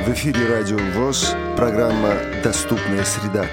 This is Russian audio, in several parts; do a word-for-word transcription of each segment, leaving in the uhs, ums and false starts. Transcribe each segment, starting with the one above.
В эфире Радио ВОС, программа «Доступная среда».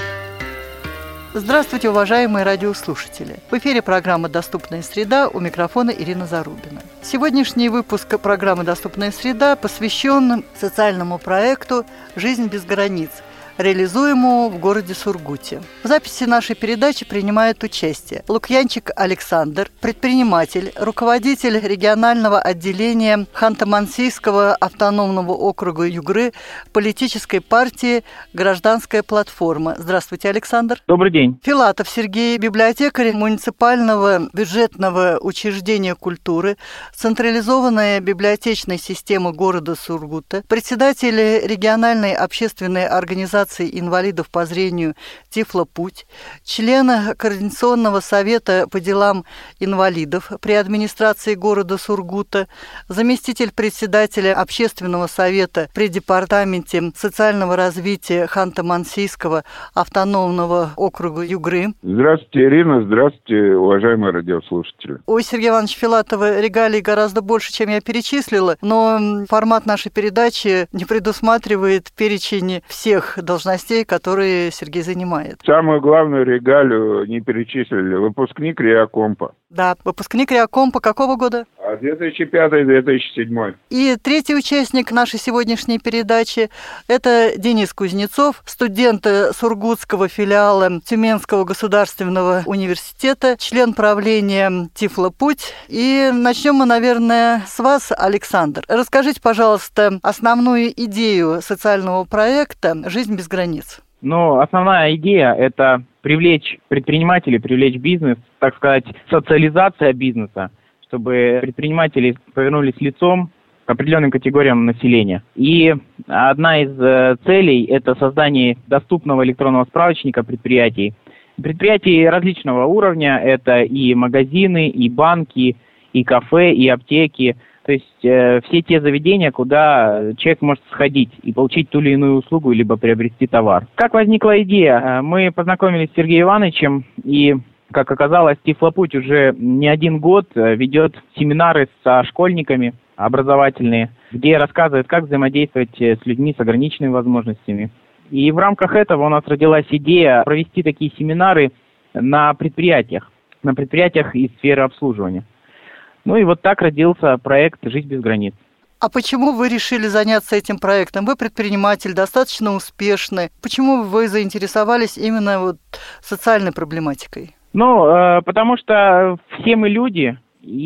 Здравствуйте, уважаемые радиослушатели! В эфире программа «Доступная среда», у микрофона Ирина Зарубина. Сегодняшний выпуск программы «Доступная среда» посвящен социальному проекту «Жизнь без границ», реализуемому в городе Сургуте. В записи нашей передачи принимает участие Лукьянчик Александр, предприниматель, руководитель регионального отделения Ханты-Мансийского автономного округа Югры политической партии «Гражданская платформа». Здравствуйте, Александр. Добрый день. Филатов Сергей, библиотекарь муниципального бюджетного учреждения культуры, централизованная библиотечная система города Сургута, председатель региональной общественной организации инвалидов по зрению «Тифлопуть», член Координационного совета по делам инвалидов при администрации города Сургута, заместитель председателя общественного совета при департаменте социального развития Ханты-Мансийского автономного округа Югры. Здравствуйте, Ирина, здравствуйте, уважаемые радиослушатели. У Сергея Ивановича Филатова регалий гораздо больше, чем я перечислила, но формат нашей передачи не предусматривает перечень всех должностей, которые Сергей занимает. Самую главную регалию не перечислили. Выпускник Реакомпа. Да, выпускник Реакомпа какого года? две тысячи пятый - две тысячи седьмой. И третий участник нашей сегодняшней передачи – это Денис Кузнецов, студент Сургутского филиала Тюменского государственного университета, член правления «Тифлопуть». И начнем мы, наверное, с вас, Александр. Расскажите, пожалуйста, основную идею социального проекта «Жизнь без границ». Ну, основная идея – это привлечь предпринимателей, привлечь бизнес, так сказать, социализация бизнеса, чтобы предприниматели повернулись лицом к определенным категориям населения. И одна из э, целей – это создание доступного электронного справочника предприятий. Предприятий различного уровня – это и магазины, и банки, и кафе, и аптеки. То есть э, все те заведения, куда человек может сходить и получить ту или иную услугу, либо приобрести товар. Как возникла идея? Мы познакомились с Сергеем Ивановичем, и, как оказалось, Тифлопуть уже не один год ведет семинары со школьниками образовательные, где рассказывает, как взаимодействовать с людьми с ограниченными возможностями. И в рамках этого у нас родилась идея провести такие семинары на предприятиях, на предприятиях из сферы обслуживания. Ну и вот так родился проект «Жизнь без границ». А почему вы решили заняться этим проектом? Вы предприниматель, достаточно успешный. Почему вы заинтересовались именно вот социальной проблематикой? Ну, э, потому что все мы люди,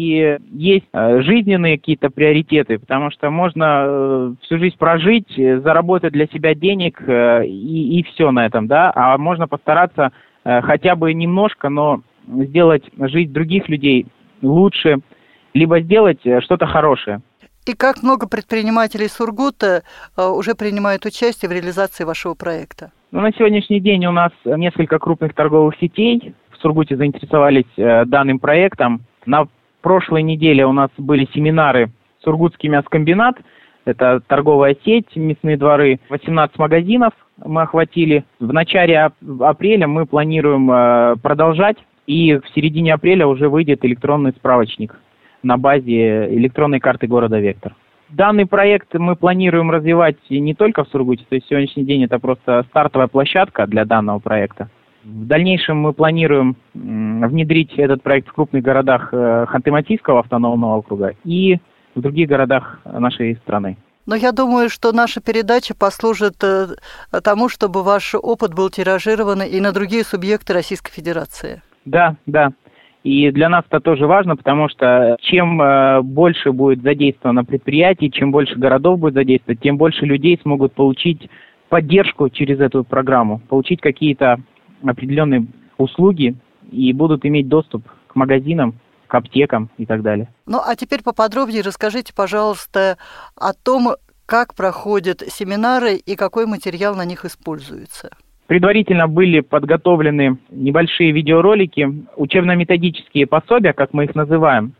и есть э, жизненные какие-то приоритеты, потому что можно э, всю жизнь прожить, заработать для себя денег э, и, и все на этом, да, а можно постараться э, хотя бы немножко, но сделать жизнь других людей лучше, либо сделать что-то хорошее. И как много предпринимателей Сургута уже принимают участие в реализации вашего проекта? Ну, на сегодняшний день у нас несколько крупных торговых сетей в Сургуте заинтересовались данным проектом. На прошлой неделе у нас были семинары «Сургутский мясокомбинат». Это торговая сеть, мясные дворы, восемнадцать магазинов мы охватили. В начале апреля мы планируем продолжать, и в середине апреля уже выйдет электронный справочник на базе электронной карты города «Вектор». Данный проект мы планируем развивать не только в Сургуте, то есть сегодняшний день это просто стартовая площадка для данного проекта. В дальнейшем мы планируем внедрить этот проект в крупных городах Ханты-Мансийского автономного округа и в других городах нашей страны. Но я думаю, что наша передача послужит тому, чтобы ваш опыт был тиражирован и на другие субъекты Российской Федерации. Да, да. И для нас это тоже важно, потому что чем э, больше будет задействовано предприятий, чем больше городов будет задействовано, тем больше людей смогут получить поддержку через эту программу, получить какие-то определенные услуги и будут иметь доступ к магазинам, к аптекам и так далее. Ну, а теперь поподробнее расскажите, пожалуйста, о том, как проходят семинары и какой материал на них используется. Предварительно были подготовлены небольшие видеоролики, учебно-методические пособия, как мы их называем.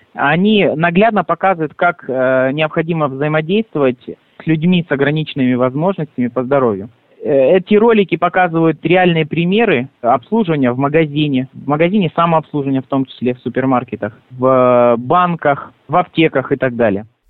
Они наглядно показывают, как э, необходимо взаимодействовать с людьми с ограниченными возможностями по здоровью. Эти ролики показывают реальные примеры обслуживания в магазине, в магазине самообслуживания, в том числе в супермаркетах, в банках, в аптеках и так далее.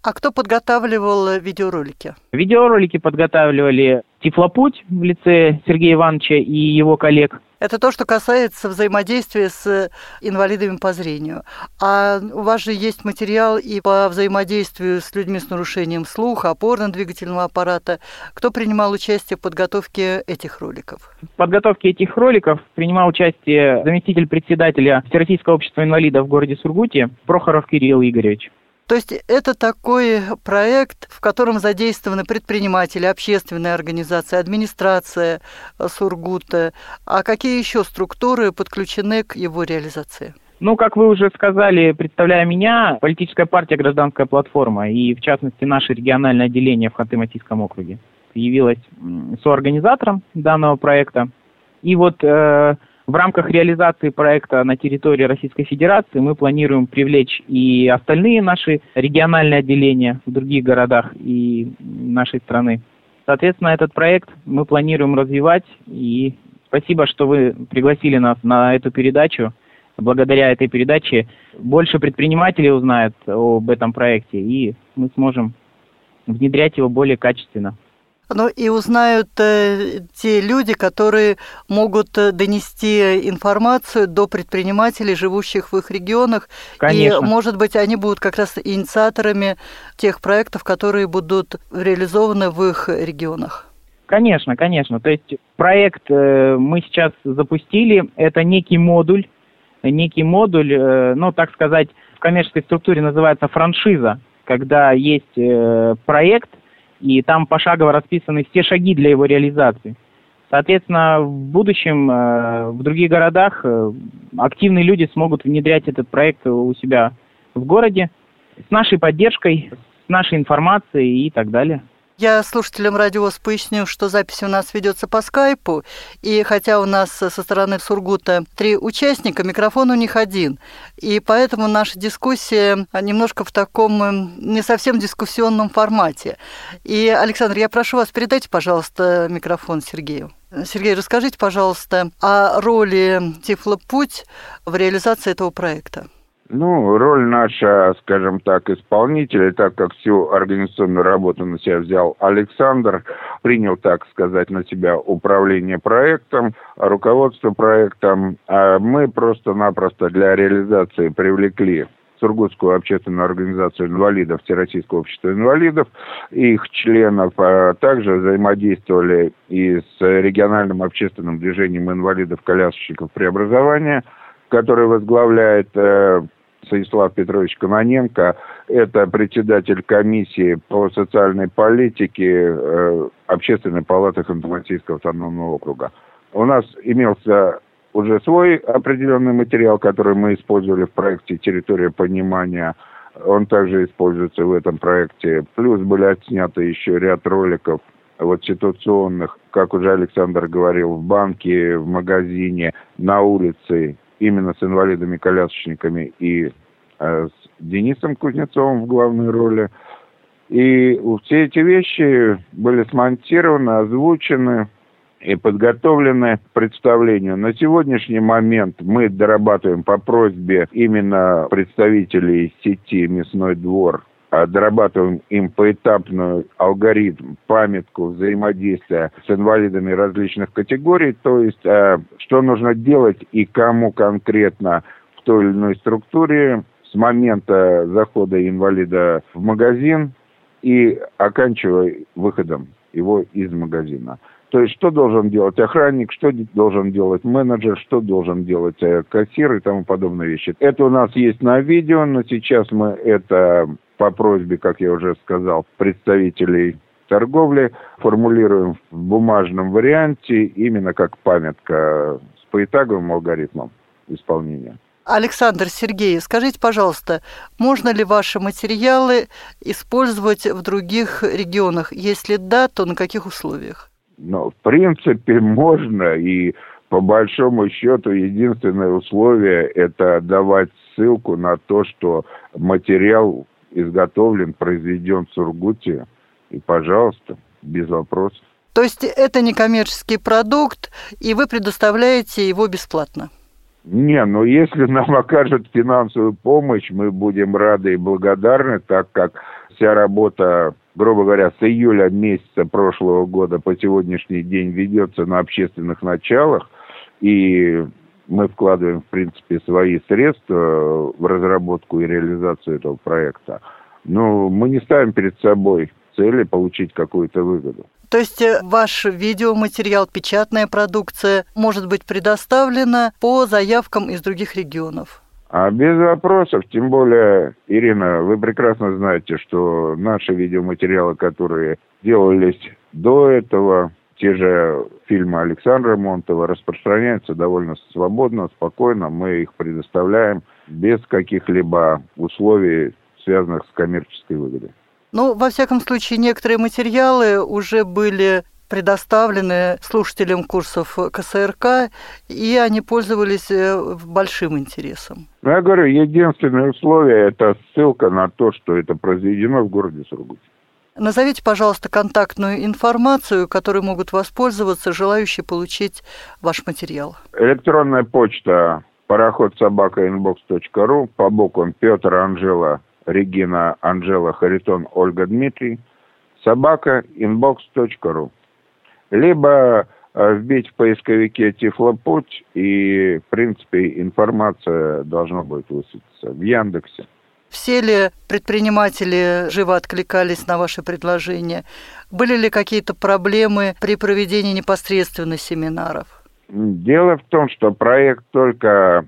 А кто подготавливал видеоролики? Видеоролики подготавливали Тифлопуть в лице Сергея Ивановича и его коллег. Это то, что касается взаимодействия с инвалидами по зрению. А у вас же есть материал и по взаимодействию с людьми с нарушением слуха, опорно-двигательного аппарата. Кто принимал участие в подготовке этих роликов? В подготовке этих роликов принимал участие заместитель председателя Всероссийского общества инвалидов в городе Сургуте Прохоров Кирилл Игоревич. То есть это такой проект, в котором задействованы предприниматели, общественные организации, администрация Сургута. А какие еще структуры подключены к его реализации? Ну, как вы уже сказали, представляя меня, политическая партия «Гражданская платформа» и, в частности, наше региональное отделение в Ханты-Мансийском округе явилось соорганизатором данного проекта. И вот э, в рамках реализации проекта на территории Российской Федерации мы планируем привлечь и остальные наши региональные отделения в других городах и нашей страны. Соответственно, этот проект мы планируем развивать. И спасибо, что вы пригласили нас на эту передачу. Благодаря этой передаче больше предпринимателей узнают об этом проекте, и мы сможем внедрять его более качественно. Ну и узнают э, те люди, которые могут донести информацию до предпринимателей, живущих в их регионах. Конечно. И, может быть, они будут как раз инициаторами тех проектов, которые будут реализованы в их регионах. Конечно, конечно. То есть проект э, мы сейчас запустили. Это некий модуль, некий модуль, э, ну, так сказать, в коммерческой структуре называется франшиза, когда есть э, проект, и там пошагово расписаны все шаги для его реализации. Соответственно, в будущем э, в других городах э, активные люди смогут внедрять этот проект у себя в городе с нашей поддержкой, с нашей информацией и так далее. Я слушателям Радио ВОС поясню, что запись у нас ведется по скайпу, и хотя у нас со стороны Сургута три участника, микрофон у них один, и поэтому наша дискуссия немножко в таком не совсем дискуссионном формате. И, Александр, я прошу вас, передайте, пожалуйста, микрофон Сергею. Сергей, расскажите, пожалуйста, о роли Тифлопуть в реализации этого проекта. Ну, роль наша, скажем так, исполнителя, так как всю организационную работу на себя взял Александр, принял, так сказать, на себя управление проектом, руководство проектом, а мы просто-напросто для реализации привлекли Сургутскую общественную организацию инвалидов, Всероссийского общества инвалидов, их членов, а также взаимодействовали и с региональным общественным движением инвалидов-колясочников преобразования, который возглавляет э, Станислав Петрович Кононенко. Это председатель комиссии по социальной политике э, Общественной палаты Ханты-Мансийского автономного округа. У нас имелся уже свой определенный материал, который мы использовали в проекте «Территория понимания». Он также используется в этом проекте. Плюс были отсняты еще ряд роликов вот ситуационных, как уже Александр говорил, в банке, в магазине, на улице, именно с инвалидами-колясочниками и э, с Денисом Кузнецовым в главной роли. И все эти вещи были смонтированы, озвучены и подготовлены к представлению. На сегодняшний момент мы дорабатываем по просьбе именно представителей сети «Мясной двор», дорабатываем им поэтапную алгоритм, памятку взаимодействия с инвалидами различных категорий, то есть что нужно делать и кому конкретно в той или иной структуре с момента захода инвалида в магазин и оканчивая выходом его из магазина. То есть, что должен делать охранник, что должен делать менеджер, что должен делать кассир и тому подобные вещи. Это у нас есть на видео, но сейчас мы это по просьбе, как я уже сказал, представителей торговли формулируем в бумажном варианте именно как памятка с поэтаговым алгоритмом исполнения. Александр, Сергей, скажите, пожалуйста, можно ли ваши материалы использовать в других регионах? Если да, то на каких условиях? Ну, в принципе, можно, и по большому счету единственное условие – это давать ссылку на то, что материал изготовлен, произведен в Сургуте, и, пожалуйста, без вопросов. То есть это не коммерческий продукт, и вы предоставляете его бесплатно? Не, ну если нам окажут финансовую помощь, мы будем рады и благодарны, так как вся работа, грубо говоря, с июля месяца прошлого года по сегодняшний день ведется на общественных началах, и мы вкладываем, в принципе, свои средства в разработку и реализацию этого проекта. Но мы не ставим перед собой цели получить какую-то выгоду. То есть ваш видеоматериал, печатная продукция может быть предоставлена по заявкам из других регионов? А без вопросов, тем более, Ирина, вы прекрасно знаете, что наши видеоматериалы, которые делались до этого, те же фильмы Александра Монтова, распространяются довольно свободно, спокойно. Мы их предоставляем без каких-либо условий, связанных с коммерческой выгодой. Ну, во всяком случае, некоторые материалы уже были предоставлены слушателям курсов ка эс эр ка, и они пользовались большим интересом. Ну, я говорю, единственное условие – это ссылка на то, что это произведено в городе Сургуте. Назовите, пожалуйста, контактную информацию, которой могут воспользоваться желающие получить ваш материал. Электронная почта пароход собака инбокс точка ру, по буквам Петр, Анжела, Регина, Анжела, Харитон, Ольга, Дмитрий, собака инбокс точка ру. Либо вбить в поисковике «Тифлопуть», и, в принципе, информация должна будет высветиться в Яндексе. Все ли предприниматели живо откликались на ваши предложения? Были ли какие-то проблемы при проведении непосредственно семинаров? Дело в том, что проект только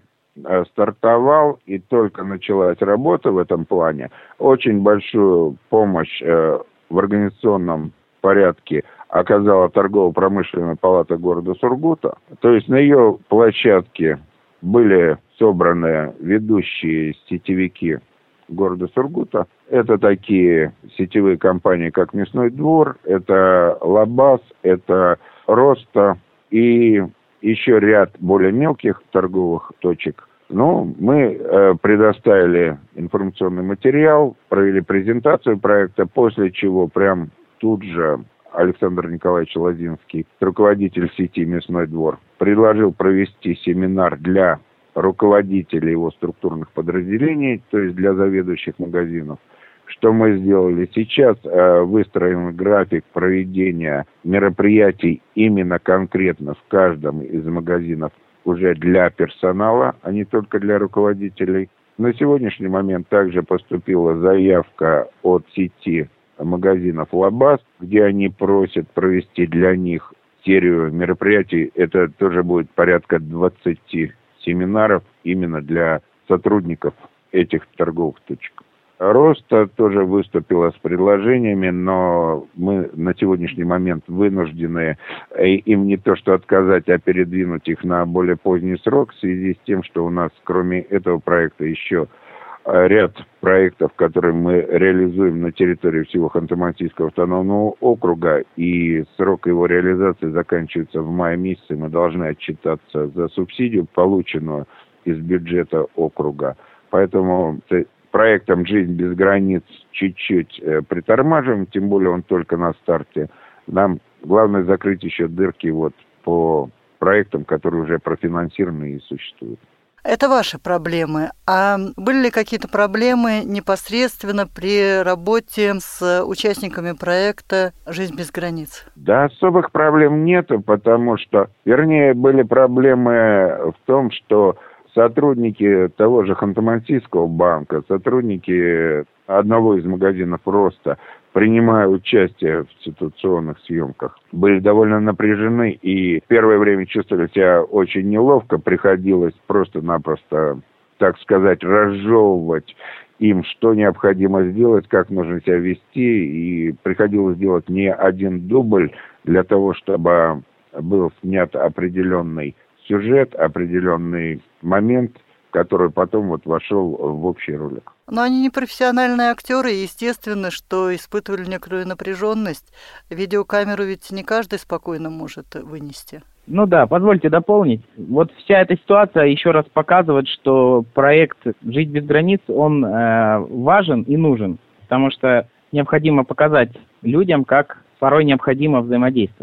стартовал и только началась работа в этом плане. Очень большую помощь в организационном порядке оказала торгово-промышленная палата города Сургута. То есть на ее площадке были собраны ведущие сетевики города Сургута. Это такие сетевые компании, как «Мясной двор», это «Лабаз», это «Роста» и еще ряд более мелких торговых точек. Ну, мы э, предоставили информационный материал, провели презентацию проекта, после чего прям тут же Александр Николаевич Лозинский, руководитель сети «Мясной двор», предложил провести семинар для руководителей его структурных подразделений, то есть для заведующих магазинов. Что мы сделали сейчас? Э, выстроен график проведения мероприятий именно конкретно в каждом из магазинов уже для персонала, а не только для руководителей. На сегодняшний момент также поступила заявка от сети магазинов «Лабаз», где они просят провести для них серию мероприятий. Это тоже будет порядка двадцати семинаров именно для сотрудников этих торговых точек. «Роста» тоже выступила с предложениями, но мы на сегодняшний момент вынуждены им не то что отказать, а передвинуть их на более поздний срок в связи с тем, что у нас кроме этого проекта еще ряд проектов, которые мы реализуем на территории всего Ханты-Мансийского автономного округа, и срок его реализации заканчивается в мае месяце. Мы должны отчитаться за субсидию, полученную из бюджета округа. Поэтому проектом «Жизнь без границ» чуть-чуть притормаживаем, тем более он только на старте. Нам главное закрыть еще дырки вот по проектам, которые уже профинансированы и существуют. Это ваши проблемы. А были ли какие-то проблемы непосредственно при работе с участниками проекта «Жизнь без границ»? Да, особых проблем нету, потому что, вернее, были проблемы в том, что сотрудники того же Ханты-Мансийского банка, сотрудники одного из магазинов «Роста», принимая участие в ситуационных съемках, были довольно напряжены и в первое время чувствовали себя очень неловко. Приходилось просто-напросто, так сказать, разжевывать им, что необходимо сделать, как нужно себя вести. И приходилось делать не один дубль для того, чтобы был снят определенный сюжет, определенный момент, который потом вот вошел в общий ролик. Но они не профессиональные актеры, и естественно, что испытывали некоторую напряженность. Видеокамеру ведь не каждый спокойно может вынести. Ну да, позвольте дополнить. Вот вся эта ситуация еще раз показывает, что проект «Жить без границ», он э, важен и нужен, потому что необходимо показать людям, как порой необходимо взаимодействовать.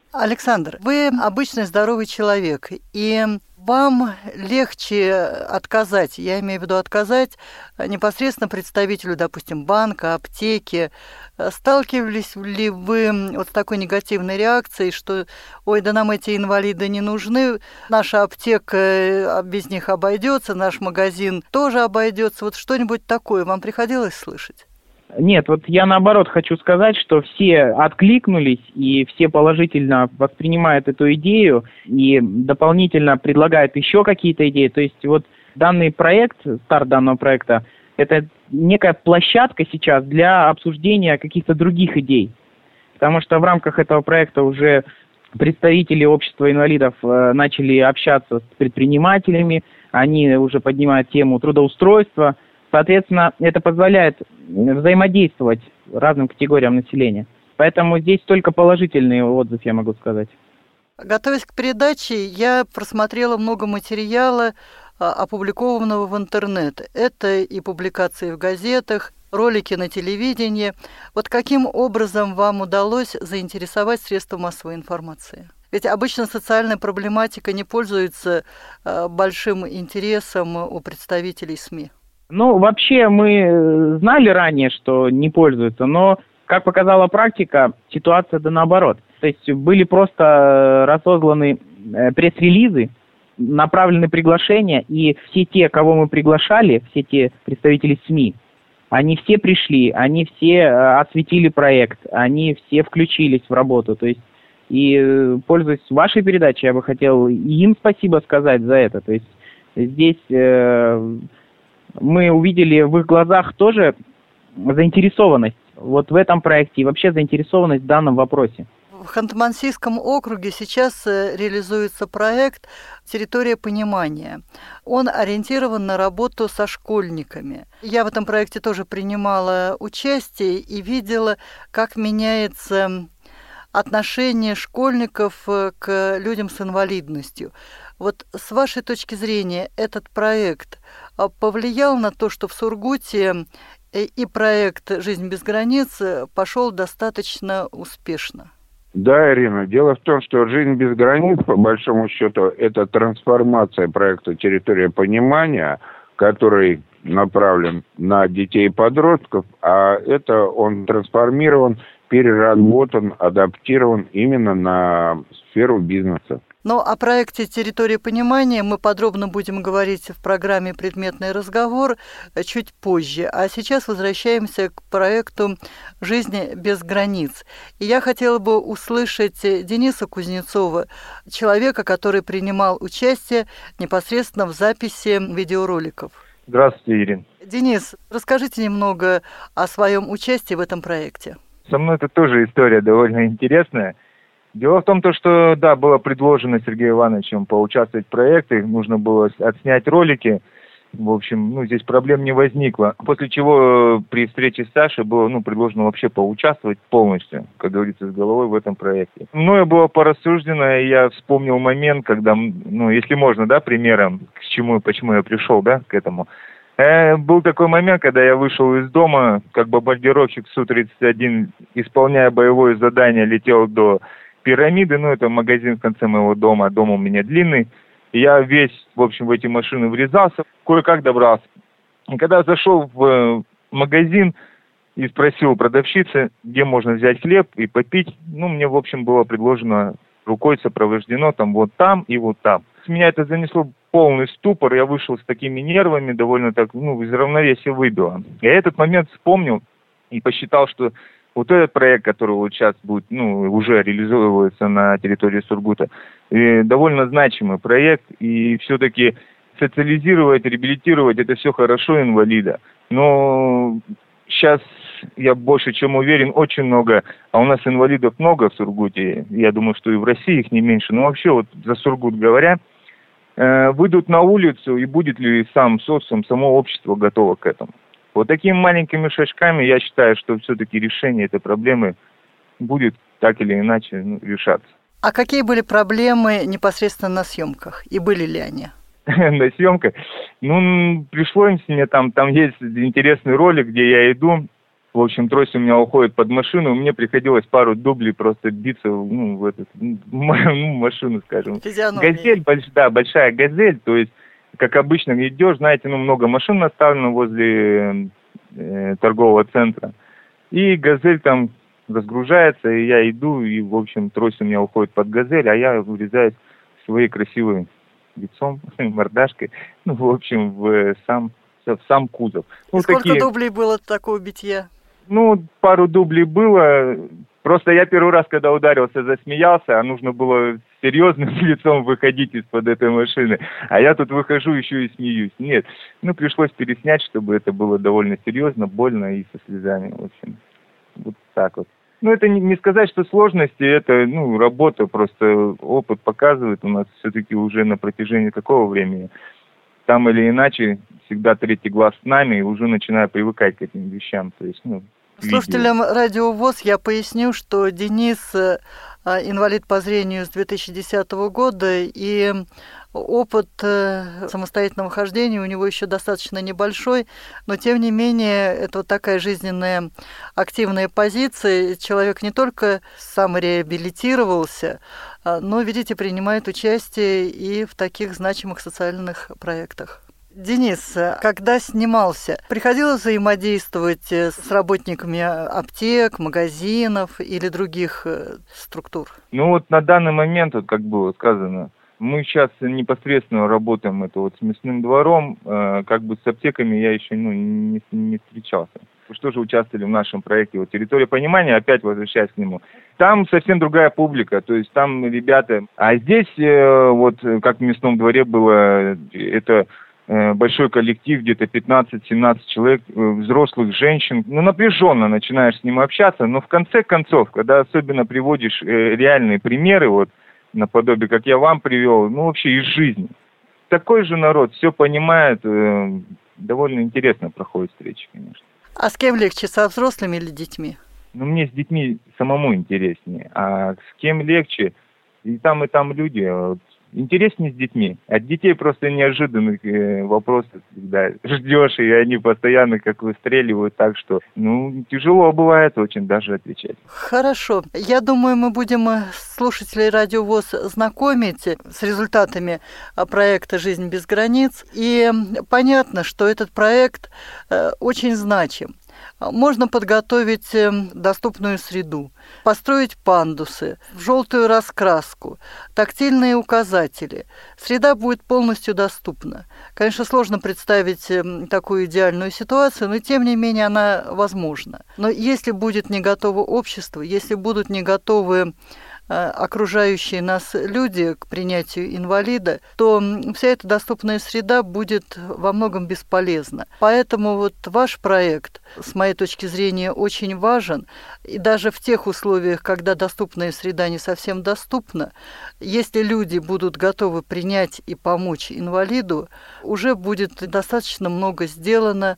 Александр, вы обычный здоровый человек, и вам легче отказать, я имею в виду отказать непосредственно представителю, допустим, банка, аптеки. Сталкивались ли вы вот с такой негативной реакцией, что ой, да нам эти инвалиды не нужны, наша аптека без них обойдется, наш магазин тоже обойдется, вот что-нибудь такое вам приходилось слышать? Нет, вот я наоборот хочу сказать, что все откликнулись и все положительно воспринимают эту идею и дополнительно предлагают еще какие-то идеи. То есть вот данный проект, старт данного проекта, это некая площадка сейчас для обсуждения каких-то других идей. Потому что в рамках этого проекта уже представители общества инвалидов э, начали общаться с предпринимателями, они уже поднимают тему трудоустройства. Соответственно, это позволяет взаимодействовать разным категориям населения. Поэтому здесь только положительный отзыв, я могу сказать. Готовясь к передаче, я просмотрела много материала, опубликованного в интернет. Это и публикации в газетах, ролики на телевидении. Вот каким образом вам удалось заинтересовать средства массовой информации? Ведь обычно социальная проблематика не пользуется большим интересом у представителей СМИ. Ну, вообще мы знали ранее, что не пользуются, но, как показала практика, ситуация да наоборот. То есть были просто разосланы пресс-релизы, направлены приглашения, и все те, кого мы приглашали, все те представители СМИ, они все пришли, они все осветили проект, они все включились в работу. То есть, и пользуясь вашей передачей, я бы хотел им спасибо сказать за это. То есть здесь... Э, мы увидели в их глазах тоже заинтересованность вот в этом проекте и вообще заинтересованность в данном вопросе. В Ханты-Мансийском округе сейчас реализуется проект «Территория понимания». Он ориентирован на работу со школьниками. Я в этом проекте тоже принимала участие и видела, как меняется отношение школьников к людям с инвалидностью. Вот с вашей точки зрения этот проект повлиял на то, что в Сургуте и проект «Жизнь без границ» пошел достаточно успешно? Да, Ирина, дело в том, что «Жизнь без границ», по большому счету, это трансформация проекта «Территория понимания», который направлен на детей и подростков, а это он трансформирован, переработан, адаптирован именно на сферу бизнеса. Но о проекте «Территория понимания» мы подробно будем говорить в программе «Предметный разговор» чуть позже. А сейчас возвращаемся к проекту «Жизнь без границ». И я хотела бы услышать Дениса Кузнецова, человека, который принимал участие непосредственно в записи видеороликов. Здравствуйте, Ирина. Денис, расскажите немного о своем участии в этом проекте. Со мной это тоже история довольно интересная. Дело в том, что, да, было предложено Сергеем Ивановичем поучаствовать в проекте, нужно было отснять ролики, в общем, ну, здесь проблем не возникло. После чего при встрече с Сашей было, ну, предложено вообще поучаствовать полностью, как говорится, с головой в этом проекте. Мною было порассуждено, и я вспомнил момент, когда, ну, если можно, да, примером, к чему и почему я пришел, да, к этому. Э, был такой момент, когда я вышел из дома, как бомбардировщик Су тридцать один, исполняя боевое задание, летел до пирамиды, ну, это магазин в конце моего дома, дом у меня длинный. И я весь, в общем, в эти машины врезался, кое-как добрался. И когда зашел в магазин и спросил у продавщицы, где можно взять хлеб и попить, ну, мне, в общем, было предложено рукой сопровождено там вот там и вот там. Меня это занесло в полный ступор, я вышел с такими нервами, довольно так, ну, из равновесия выбило. Я этот момент вспомнил и посчитал, что вот этот проект, который вот сейчас будет, ну, уже реализовывается на территории Сургута, довольно значимый проект, и все-таки социализировать, реабилитировать, это все хорошо инвалида. Но сейчас, я больше чем уверен, очень много, а у нас инвалидов много в Сургуте, я думаю, что и в России их не меньше, но вообще вот за Сургут говоря, выйдут на улицу, и будет ли сам социум, само общество готово к этому. Вот такими маленькими шажками я считаю, что все-таки решение этой проблемы будет так или иначе, ну, решаться. А какие были проблемы непосредственно на съемках? И были ли они? На съемках? Ну, пришлось мне там, там есть интересный ролик, где я иду, В общем, трость у меня уходит под машину, мне приходилось пару дублей просто биться, ну, в эту ну, машину, скажем. Физиономия. Газель, больш, да, большая газель, то есть, как обычно, идешь, знаете, ну, много машин наставлено возле э, торгового центра, и газель там разгружается, и я иду, и, в общем, трость у меня уходит под газель, а я врезаюсь своей красивой лицом, мордашкой, ну, в общем, в сам, в сам кузов. Ну, сколько такие... дублей было такого битья? Ну, пару дублей было. Просто я первый раз, когда ударился, засмеялся, а нужно было серьезным лицом выходить из-под этой машины. А я тут выхожу еще и смеюсь. Нет, ну, пришлось переснять, чтобы это было довольно серьезно, больно и со слезами. В общем, вот так вот. Ну, это не, не сказать, что сложности, это, ну, работа, просто опыт показывает у нас все-таки уже на протяжении какого времени. Там или иначе всегда третий глаз с нами, и уже начинаю привыкать к этим вещам. То есть, ну, слушателям Радио ВОС я поясню, что Денис инвалид по зрению с две тысячи десятого года, и опыт самостоятельного хождения у него еще достаточно небольшой, но тем не менее это вот такая жизненная активная позиция. Человек не только самореабилитировался, но, видите, принимает участие и в таких значимых социальных проектах. Денис, когда снимался, приходилось взаимодействовать с работниками аптек, магазинов или других структур? Ну вот на данный момент, вот как было сказано, мы сейчас непосредственно работаем это вот с мясным двором, э, как бы с аптеками я еще ну, не, не встречался. Что же участвовали в нашем проекте вот «Территория понимания», опять возвращаясь к нему. Там совсем другая публика, то есть там ребята... А здесь э, вот как в мясном дворе было, это... большой коллектив, где-то пятнадцать-семнадцать человек, взрослых женщин. Ну, напряженно начинаешь с ним общаться, но в конце концов, когда особенно приводишь э, реальные примеры, вот, наподобие, как я вам привел, ну, вообще из жизни. Такой же народ, все понимает, э, довольно интересно проходит встречи, конечно. А с кем легче, со взрослыми или детьми? Ну, мне с детьми самому интереснее, а с кем легче, и там, и там люди, вот, интереснее с детьми. От детей просто неожиданных э, вопросов всегда ждешь, и они постоянно как выстреливают, так что, ну, тяжело бывает очень даже отвечать. Хорошо. Я думаю, мы будем слушателей Радио ВОС знакомить с результатами проекта «Жизнь без границ». И понятно, что этот проект э, очень значим. Можно подготовить доступную среду, построить пандусы, желтую раскраску, тактильные указатели. Среда будет полностью доступна. Конечно, сложно представить такую идеальную ситуацию, но тем не менее она возможна. Но если будет не готово общество, если будут не готовы окружающие нас люди к принятию инвалида, то вся эта доступная среда будет во многом бесполезна. Поэтому вот ваш проект, с моей точки зрения, очень важен. И даже в тех условиях, когда доступная среда не совсем доступна, если люди будут готовы принять и помочь инвалиду, уже будет достаточно много сделано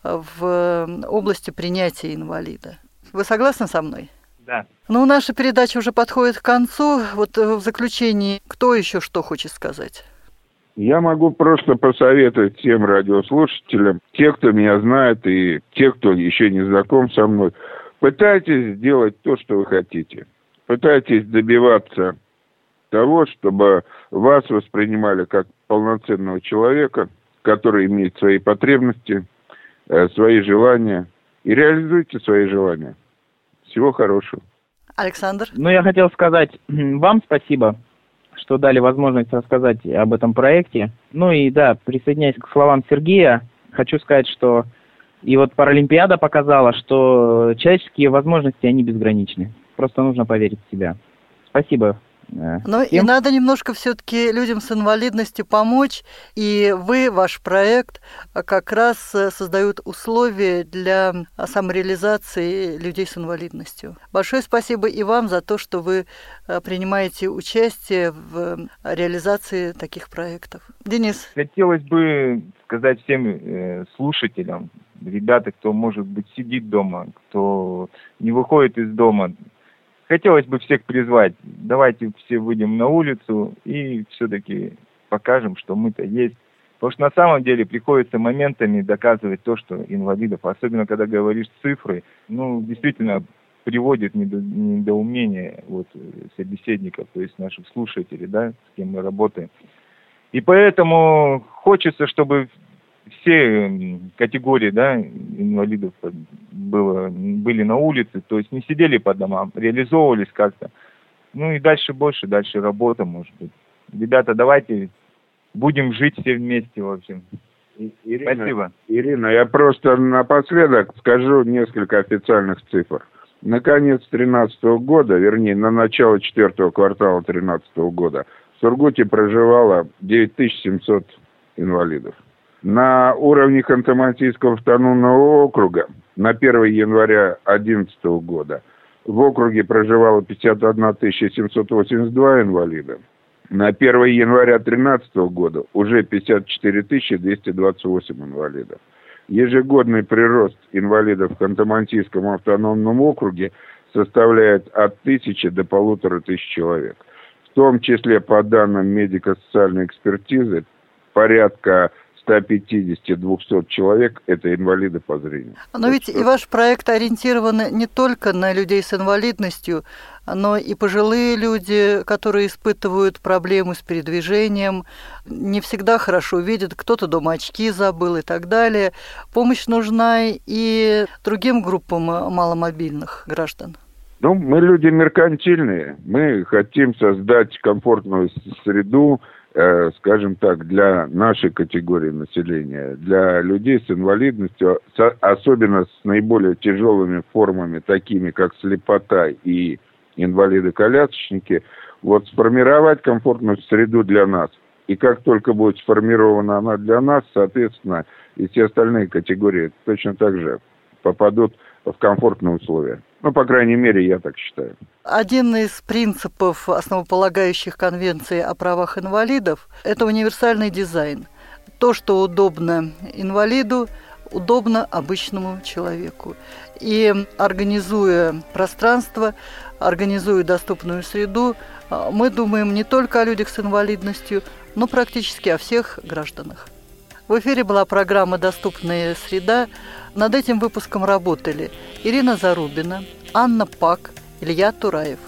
в области принятия инвалида. Вы согласны со мной? Да. Ну, наша передача уже подходит к концу. Вот в заключении, кто еще что хочет сказать? Я могу просто посоветовать всем радиослушателям, те, кто меня знает, и те, кто еще не знаком со мной, пытайтесь сделать то, что вы хотите. Пытайтесь добиваться того, чтобы вас воспринимали как полноценного человека, который имеет свои потребности, свои желания, и реализуйте свои желания. Всего хорошего. Александр? Ну, я хотел сказать вам спасибо, что дали возможность рассказать об этом проекте. Ну и да, присоединяясь к словам Сергея, хочу сказать, что и вот Паралимпиада показала, что человеческие возможности, они безграничны. Просто нужно поверить в себя. Спасибо. Ну и надо немножко все-таки людям с инвалидностью помочь, и вы, ваш проект, как раз создают условия для самореализации людей с инвалидностью. Большое спасибо и вам за то, что вы принимаете участие в реализации таких проектов. Денис? Хотелось бы сказать всем слушателям, ребята, кто, может быть, сидит дома, кто не выходит из дома, хотелось бы всех призвать, давайте все выйдем на улицу и все-таки покажем, что мы-то есть, Потому что на самом деле приходится моментами доказывать то, что инвалидов, особенно когда говоришь цифры, ну, действительно приводит недо, недоумение вот, собеседников, то есть наших слушателей, да, с кем мы работаем. И поэтому хочется, чтобы все категории, да, инвалидов было, были на улице, то есть не сидели по домам, реализовывались как-то. Ну и дальше больше, дальше работа, может быть. Ребята, давайте будем жить все вместе, в общем. Ирина, Спасибо. Ирина, я просто напоследок скажу несколько официальных цифр. На конец две тысячи тринадцатого года, вернее, на начало четвертого квартала две тысячи тринадцатого года в Сургуте проживало девять тысяч семьсот инвалидов. На уровне Ханты-Мансийского автономного округа на первое января две тысячи одиннадцатого года в округе проживало пятьдесят одна тысяча семьсот восемьдесят два инвалида. На первое января две тысячи тринадцатого года уже пятьдесят четыре тысячи двести двадцать восемь инвалидов. Ежегодный прирост инвалидов в Ханты-Мансийском автономном округе составляет от тысячи до полутора тысяч человек. В том числе, по данным медико-социальной экспертизы, порядка сто пятьдесят - двести человек – это инвалиды по зрению. Но ведь и ваш проект ориентирован не только на людей с инвалидностью, но и пожилые люди, которые испытывают проблемы с передвижением, не всегда хорошо видят, кто-то дома очки забыл и так далее. Помощь нужна и другим группам маломобильных граждан. Ну, мы люди меркантильные. Мы хотим создать комфортную среду, э, скажем так, для нашей категории населения, для людей с инвалидностью, с, особенно с наиболее тяжелыми формами, такими как слепота и инвалиды-колясочники, вот сформировать комфортную среду для нас. И как только будет сформирована она для нас, соответственно, и все остальные категории точно так же попадут в комфортные условия. Ну, по крайней мере, я так считаю. Один из принципов, основополагающих Конвенции о правах инвалидов, это универсальный дизайн. То, что удобно инвалиду, удобно обычному человеку. И организуя пространство, организуя доступную среду, мы думаем не только о людях с инвалидностью, но практически о всех гражданах. В эфире была программа «Доступная среда». Над этим выпуском работали Ирина Зарубина, Анна Пак, Илья Тураев.